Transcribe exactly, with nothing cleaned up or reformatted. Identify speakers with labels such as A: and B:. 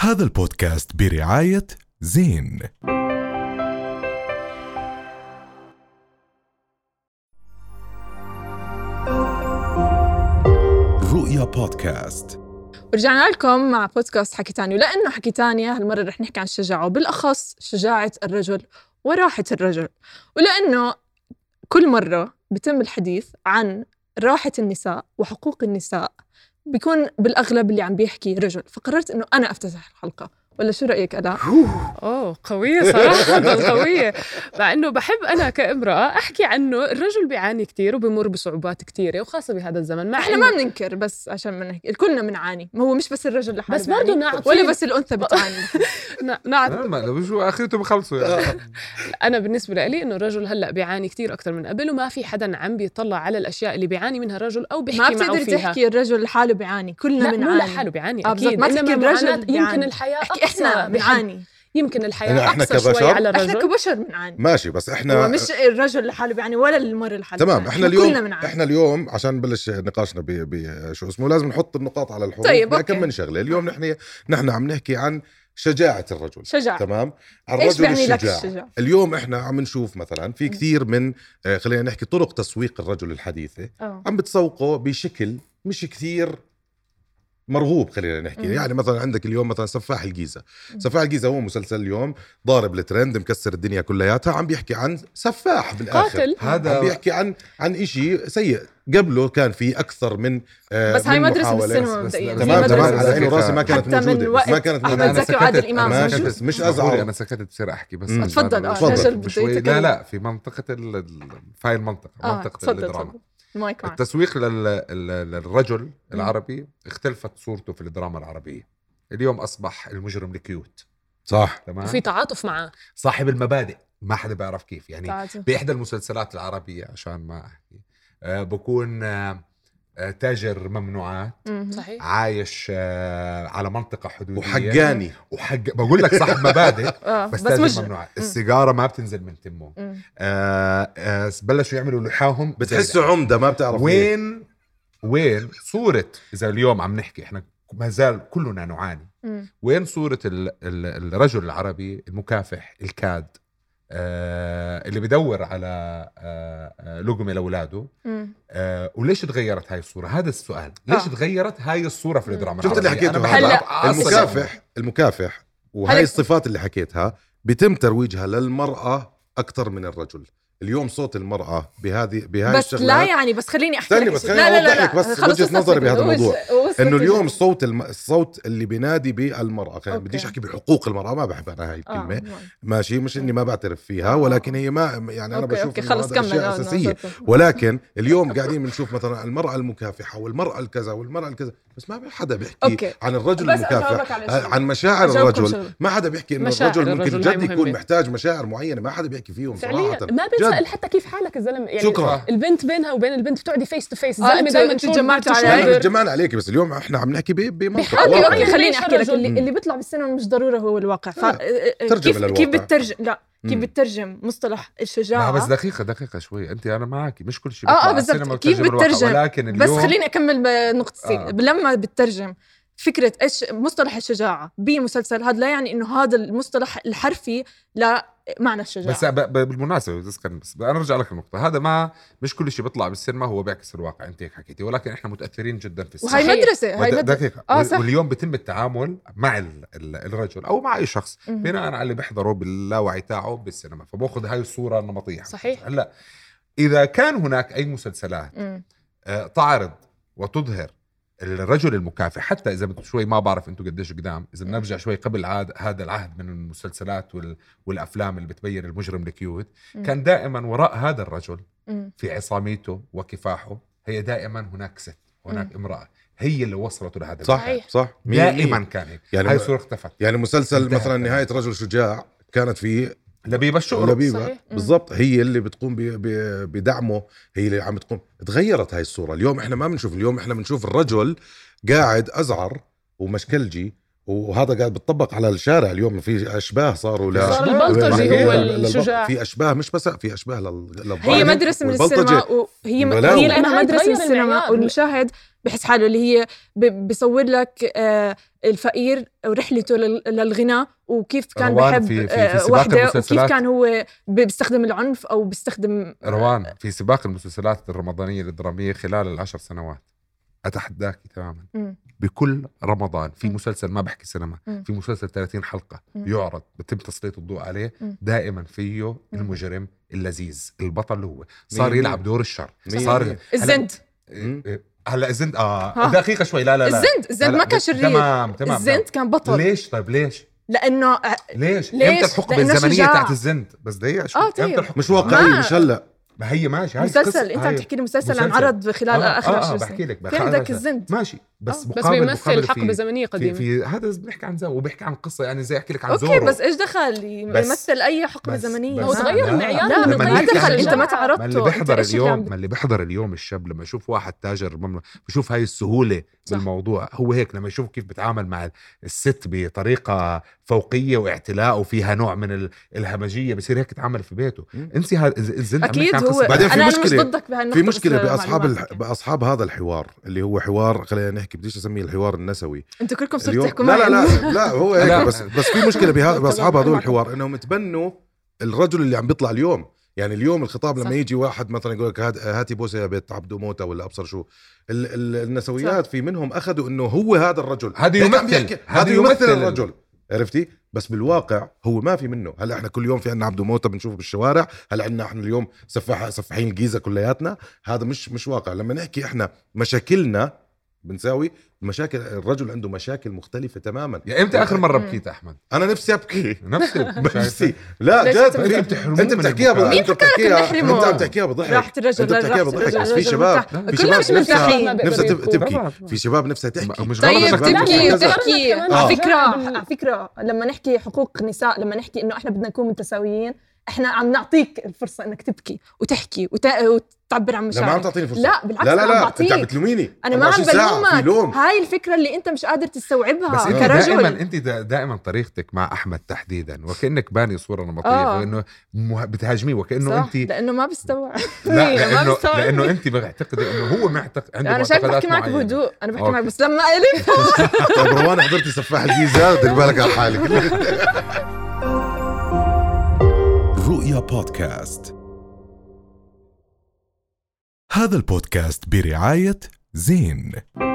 A: هذا البودكاست برعاية زين. رؤيا بودكاست.
B: ورجعنا لكم مع بودكاست حكي تاني، ولأنه حكي تاني هالمرة رح نحكي عن الشجاعة، وبالأخص شجاعة الرجل وراحة الرجل، ولأنه كل مرة بيتم الحديث عن راحة النساء وحقوق النساء بيكون بالأغلب اللي عم بيحكي رجل، فقررت إنه أنا أفتتح الحلقة. ولا شو رأيك ألا؟
C: أوه قوية صراحة قوية، مع إنه بحب أنا كامرأة أحكي عنه. الرجل بيعاني كتير وبيمر بصعوبات كتيرة، وخاصة بهذا الزمن. مع
B: إحنا ما بننكر، بس عشان ما نحكي كلنا بنعاني، ما هو مش بس الرجل لحاله
C: بس برضه نعطي
B: ولا بس الأنثى بتعاني.
C: نعطي
D: ما لو شو آخرته بخلصوا يعني.
C: أنا بالنسبة لي إنه الرجل هلأ بيعاني كتير أكتر من قبل، وما في حدا عم بيطلع على الأشياء اللي بيعاني منها الرجل أو بيحكي معه فيها.
B: ما بتقدر تحكي الرجل لحاله بيعاني، كلنا بنعاني.
C: لا مو لحاله بيعاني
B: آه
C: أكيد،
B: ما تحكي الرجل
C: يمكن الحياة
B: إحنا بنعاني،
C: يمكن الحياة
E: إحنا
C: أقصى شوي على الرجل.
B: إحنا كبشر بنعاني
E: ماشي، بس إحنا
B: مش الرجل لحاله بيعاني ولا المرة لحاله.
E: تمام.
B: إحنا,
E: إحنا اليوم
B: بنعاني.
E: إحنا اليوم عشان نبلش نقاشنا ب ب شو اسمه لازم نحط النقاط على الحروف.
B: طيب
E: كم من شغلة اليوم نحن نحن عم نحكي عن شجاعة الرجل.
B: شجاعة.
E: تمام.
B: إيش
E: الرجل
B: بيعني لك
E: الشجاع.
B: الشجاع؟
E: اليوم إحنا عم نشوف مثلا في كثير من آه خلينا نحكي طرق تسويق الرجل الحديثة
B: أوه.
E: عم بتسوقه بشكل مش كثير مرغوب. خلينا نحكي
B: مم.
E: يعني مثلا عندك اليوم مثلا سفاح الجيزة. مم. سفاح الجيزة هو مسلسل اليوم ضارب الترند مكسر الدنيا كلياتها، عم بيحكي عن سفاح بالاخر.
C: قاتل.
E: هذا عم بيحكي عن عن إشي سيء. قبله كان في اكثر من آه
B: بس هاي مدرسة
E: محاولة.
B: بالسينما مبدئيا.
E: تمام تمام على عيني وراسي، ما كانت
B: حتى
E: موجودة،
B: من
E: بس ما
B: وقت
E: كانت
B: أحمد
E: موجودة.
B: زكي وعادل إمام.
E: ماشي،
B: مش
E: بس مش أزعر.
D: أنا سكتت بصير أحكي بس.
E: مم.
B: تفضل. آه
E: تفضل.
B: رجل
D: لا لا في منطقة ال في هاي المنطقة
B: آه.
D: منطقة الدراما. التسويق لل... للرجل العربي اختلفت صورته في الدراما العربية. اليوم أصبح المجرم الكيوت،
E: صح،
D: تمام،
C: وفي تعاطف معه،
D: صاحب المبادئ، ما حدا بيعرف كيف يعني.
B: تعاطف.
D: بإحدى المسلسلات العربية عشان ما أحكي آه بكون آه تاجر ممنوعات،
C: صحيح،
D: عايش آه على منطقة حدودية
E: وحقاني
D: وحق بقول لك صاحب مبادئ
B: آه.
D: بس,
B: بس
D: تاجر ممنوعات. السيجارة ما بتنزل من تمه. آه آه بلشوا يعملوا لحاهم،
E: بتحسوا عمدة ما بتعرف
D: وين وين صورة. إذا اليوم عم نحكي إحنا ما زال كلنا نعاني.
B: مم.
D: وين صورة ال ال الرجل العربي المكافح الكاد آه اللي بدور على آه آه لقمة لأولاده؟ آه وليش تغيرت هاي الصورة؟ هذا السؤال. ليش
B: آه.
D: تغيرت هاي الصورة في الدراما
E: شفت اللي حكيته
B: هلا
E: المكافح المكافح وهاي
B: هلأ.
E: الصفات اللي حكيتها بيتم ترويجها للمرأة أكثر من الرجل. اليوم صوت المرأة بهذه بهاي
B: بس لا يعني بس خليني احكي
E: ثاني
B: لك
E: بس
B: شيء.
E: خليني
B: لا لا لا
E: أوضح لك بس
B: خلص
E: وجهة نظري بهذا
B: وش-
E: الموضوع.
B: وش
E: انه
B: بدك
E: اليوم
B: تقول؟
E: صوت الم... الصوت اللي بينادي بالمرأة. خلينا
B: أوكي.
E: بديش احكي بحقوق المرأة، ما بحب انا هاي الكلمة.
B: آه.
E: ماشي، مش اني ما بعترف فيها،
B: آه.
E: ولكن هي ما يعني انا
B: أوكي.
E: بشوف
B: أوكي.
E: إنه
B: خلص
E: هذا
B: كمل.
E: أشياء
B: آه.
E: أساسية.
B: نعم.
E: ولكن اليوم قاعدين بنشوف مثلا المرأة المكافحة والمرأة الكذا والمرأة الكذا، بس ما حدا بيحكي
B: أوكي.
E: عن الرجل
B: بس أجاوبك
E: المكافح،
B: على شيء.
E: عن مشاعر
B: أجاوبكم
E: الرجل.
B: شغل.
E: ما حدا بيحكي انه
C: مشاعر
E: الرجل ممكن
C: الرجل هاي
E: جد يكون
C: مهمة.
E: محتاج مشاعر معينة، ما حدا بيحكي فيهم
C: فعليا.
E: صراحة.
C: ما بيسأل حتى كيف حالك الزلمة يعني.
E: شكرا.
C: البنت بينها وبين البنت بتقعدي فيس تو فيس.
B: آه،
C: الزلمة
B: أنتوا-
C: دايما
B: أنتوا جمعتوا علي.
E: احنا جمعنا عليك، بس اليوم احنا عم نحكي ب- بمنطق
C: بحاجة.
E: واقعي.
B: اوكي خليني احكي لك
C: الرجل.
B: اللي, اللي بيطلع بالسينما مش ضروري هو الواقع. ف...
E: ترجم
B: كيف
E: للواقع.
B: كيف بترجم لا كيف
E: مم.
B: بترجم مصطلح
D: لا
B: الشجاعة.
D: بس دقيقة دقيقة شوي، أنت أنا معاكي مش كل شيء
B: اه
D: بيطلع
B: اه
D: على السينما
B: بالضبط كيف
D: بترجم الواقع،
B: بترجم.
D: ولكن
B: بس
D: اليوم
B: خليني اكمل بنقطتين.
D: آه.
B: لما بترجم فكرة ايش مصطلح الشجاعة بمسلسل هذا، لا يعني انه هذا المصطلح الحرفي لا معنى الشجاعة.
D: بس ب- ب- بالمناسبة بس كان بس أنا أرجع لك النقطة. هذا ما مش كل شيء بيطلع بالسينما هو بيعكس الواقع، أنت هيك حكيتي، ولكن إحنا متأثرين جدا في السينما.
B: وهي مدرسة هاي
D: ود-
B: مدرسة.
D: دقيقة.
B: آه
D: وال-
B: صح.
D: واليوم بيتم التعامل مع ال- ال- الرجل أو مع أي شخص
B: مم.
D: بناء على اللي بيحضره باللاوعي تاعه بالسينما، فبأخذ هاي الصورة النمطية.
C: صحيح.
D: هلا إذا كان هناك أي مسلسلات
B: مم.
D: آه، تعرض وتظهر الرجل المكافح، حتى إذا بدكم شوي ما بعرف أنتوا قديش قدام، إذا بنرجع شوي قبل عاد هذا العهد من المسلسلات وال... والأفلام اللي بتبين المجرم الكيوت،
B: مم.
D: كان دائما وراء هذا الرجل
B: مم.
D: في عصاميته وكفاحه هي دائما هناك ست، هناك
B: مم.
D: امرأة هي اللي وصلته لهذا
E: صح
D: المكان.
E: صح مية
D: دائما
E: مية.
D: كان هيك.
E: يعني
D: هاي
E: م-
D: الصورة اختفت.
E: يعني مسلسل
D: انتهى.
E: مثلا نهاية رجل شجاع كانت فيه
D: لبيبة الشغل.
E: لبيبة
C: صحيح.
E: بالضبط، هي اللي بتقوم ب- ب- بدعمه، هي اللي عم تقوم. تغيرت هاي الصورة. اليوم احنا ما بنشوف، اليوم احنا بنشوف الرجل قاعد أزعر ومشكلجي، وهذا قاعد بتطبق على الشارع. اليوم في أشباه صاروا لا
C: صار البلطجي هو
E: لل- لل-
C: الشجاع.
E: في أشباه، مش بس في أشباه لل- للضارب
B: هي مدرسة من
E: والبلطجة.
B: السينما، وهي
E: بلاوي.
B: هي لأنها
C: ما
B: مدرسة من
C: تغير
B: السينما،
C: المعيار.
B: والمشاهد بحس حاله اللي هي ب- بيصور لك آه الفقير ورحلته لل- للغنى وكيف كان
D: روان
B: بحب
D: في- في- في
B: آه
D: سباق
B: وحده وكيف
D: المسلسلات.
B: كان هو بيستخدم العنف أو بيستخدم
D: روان في سباق المسلسلات الرمضانية الدرامية خلال العشر سنوات أتحداك تماما
B: مم.
D: بكل رمضان في
B: مم.
D: مسلسل ما بحكي سينما
B: مم.
D: في مسلسل ثلاثين حلقة
B: مم.
D: يعرض بتم تسليط الضوء عليه
B: مم.
D: دائما فيه
B: مم.
D: المجرم اللذيذ البطل هو صار
E: مية
D: يلعب
E: مية.
D: دور الشر
E: مية
D: صار
E: مية.
B: الزند
E: مم.
D: هلا الزند اه
B: ها.
D: دقيقة شوي لا لا لا
B: الزند الزند
D: لا،
B: ما
D: لا،
B: كان شرير.
D: تمام تمام
B: الزند كان بطل.
D: ليش طيب ليش
B: لأنه
D: ليش
B: ليش؟
D: امتى الحقبة
B: لأنه
D: الزمنية
B: شجاع.
D: تاعت الزند بس دقيقة شو
B: آه،
D: امتى
B: طيب.
D: الحقبة؟
E: مش واقعي
B: ما-
E: مش هلا
D: ما هي ماشي هاي
B: مسلسل
D: قصة-
B: انت
D: هاي-
B: بتحكي لي مسلسل
D: مسلسل.
B: انعرض خلال
D: آه،
B: اخر
D: آه،
B: عشر
D: آه،
B: سنين.
D: بحكي لك
B: في عندك الزند
D: ماشي بس
B: آه.
C: بس
D: مقابل
C: بيمثل
D: مقابل
C: حقبة
D: في-
C: زمنية
D: في,
C: قديمة.
D: في هذا بنحكي عن زو وبيحكي عن قصة يعني زي احكي لك عن
B: اوكي
D: زورو
B: بس ايش دخل
D: بس-
B: يمثل اي حقبة
D: بس-
B: زمنية؟
D: بس-
C: هو تغير
D: لا،
C: المعيار
B: لا
C: لما
D: لما
B: ما
D: نحكي
B: دخل
D: عن
B: انت ما
C: الشجاعة.
B: تعرضته.
D: ما اللي بيحضر
B: أنت إيش اللي
D: اليوم
B: عم-
D: ما اللي بيحضر اليوم الشاب لما يشوف واحد تاجر ممنوع بشوف هاي السهولة
C: صح.
D: بالموضوع هو هيك لما يشوف كيف بتعامل مع الست بطريقة فوقية واعتلاء وفيها نوع من ال- الهمجية بصير هيك يتعامل في بيته
E: مم.
D: انسي هذا الزند عم
B: اكيد
D: نحكي عن
B: هو
D: قصة.
E: بعدين في
B: انا أنا مش
E: مشكلة-
B: ضدك بهالنقطة
E: في مشكله
B: بس
E: باصحاب
B: معلوماتك.
E: الح... باصحاب هذا الحوار اللي هو حوار خلينا نحكي بديش اسميه الحوار النسوي
B: انتوا كلكم صرتوا
E: اليوم
B: تحكوا
E: لا
B: معي
E: لا لا لا هو
D: لا.
E: هيك بس بس في مشكله بها- باصحاب هذول
B: معكم.
E: الحوار انهم تبنوا الرجل اللي عم بيطلع اليوم يعني اليوم الخطاب لما
C: صح.
E: يجي واحد مثلا يقول لك هات- هاتي بوسه يا بيت عبدو موته ولا ابصر شو ال- ال- النسويات في منهم اخذوا انه هو هذا الرجل
D: هذا
E: هيك عم
D: يمثل.
E: بيحكي،
D: هذا
E: هذا يمثل
D: يمثل.
E: الرجل عرفتي بس بالواقع هو ما في منه هلا احنا كل يوم في عنا عبدو موته بنشوفه بالشوارع هلا عندنا احنا اليوم سفاح سفاحين الجيزه كلياتنا هذا مش مش واقع لما نحكي احنا مشاكلنا بنساوي مشاكل الرجل عنده مشاكل مختلفه تماما
D: يا امتى اخر مرة
B: مم.
D: بكيت احمد
E: انا نفسي ابكي
D: نفسي
E: نفسي لا
B: ليش
E: جد
B: أنت
E: انت
B: بدك
D: تحرموه
E: انت
D: من
E: بتحكيها
D: البكاء؟
E: بضحك انت
B: مين فكرك
E: بتحكيها
B: نحرمه؟
E: انت عم تحكيها بضحك
B: راحة الرجل
E: انت بتحكيها
B: راحة
E: بضحك
B: الرجل،
E: بس في
B: الرجل
E: شباب
B: مرتاح.
E: في
B: كلنا
E: شباب
B: مش
E: نفسها
B: مرتاحين.
C: ما بيقدر
E: نفسها تب-
C: يبكوا.
E: تبكي
D: برافو.
E: في شباب نفسها تحكي
D: مش
B: طيب
D: غلط
E: شباب
B: تبكي
E: نفسها كذا.
B: تحكي
C: كمان
E: آه.
B: على فكرة
C: شجاعة
B: على فكرة لما نحكي حقوق نساء لما نحكي انه احنا بدنا نكون متساويين احنا عم نعطيك الفرصة انك تبكي وتحكي وت... وتعبر عن
E: لا
B: مشاعرك.
E: ما عم تعطيني فرصه
B: لا بالعكس
E: لا لا
B: أنا
E: لا
B: بعطيك.
E: انت عم بتلوميني
B: انا ما عم
E: أربعة وعشرين ساعة في
B: بلومك
E: لوم
B: هاي الفكرة اللي انت مش قادر تستوعبها
D: بس انت
B: كرجل
D: دائما انت دا- دائما طريقتك مع احمد تحديدا وكانك باني صوره نمطيه
B: آه.
D: وانه مه- بتهاجميه وكانه
B: صح،
D: انت
B: لانه ما بيستوعب
D: لا
B: ما
D: لانه
B: بيستوعب.
D: لانه انت معتقده انه هو معتقد عنده
B: انا شايف
D: معتقدات
B: بحكي معك
D: معينة.
B: بهدوء انا بحكي
D: أوكي.
B: معك بس لما الف
E: طيب روان حضرتي سفاح الجيزه دير بالك على حالك
A: رؤيا بودكاست. هذا البودكاست برعاية زين.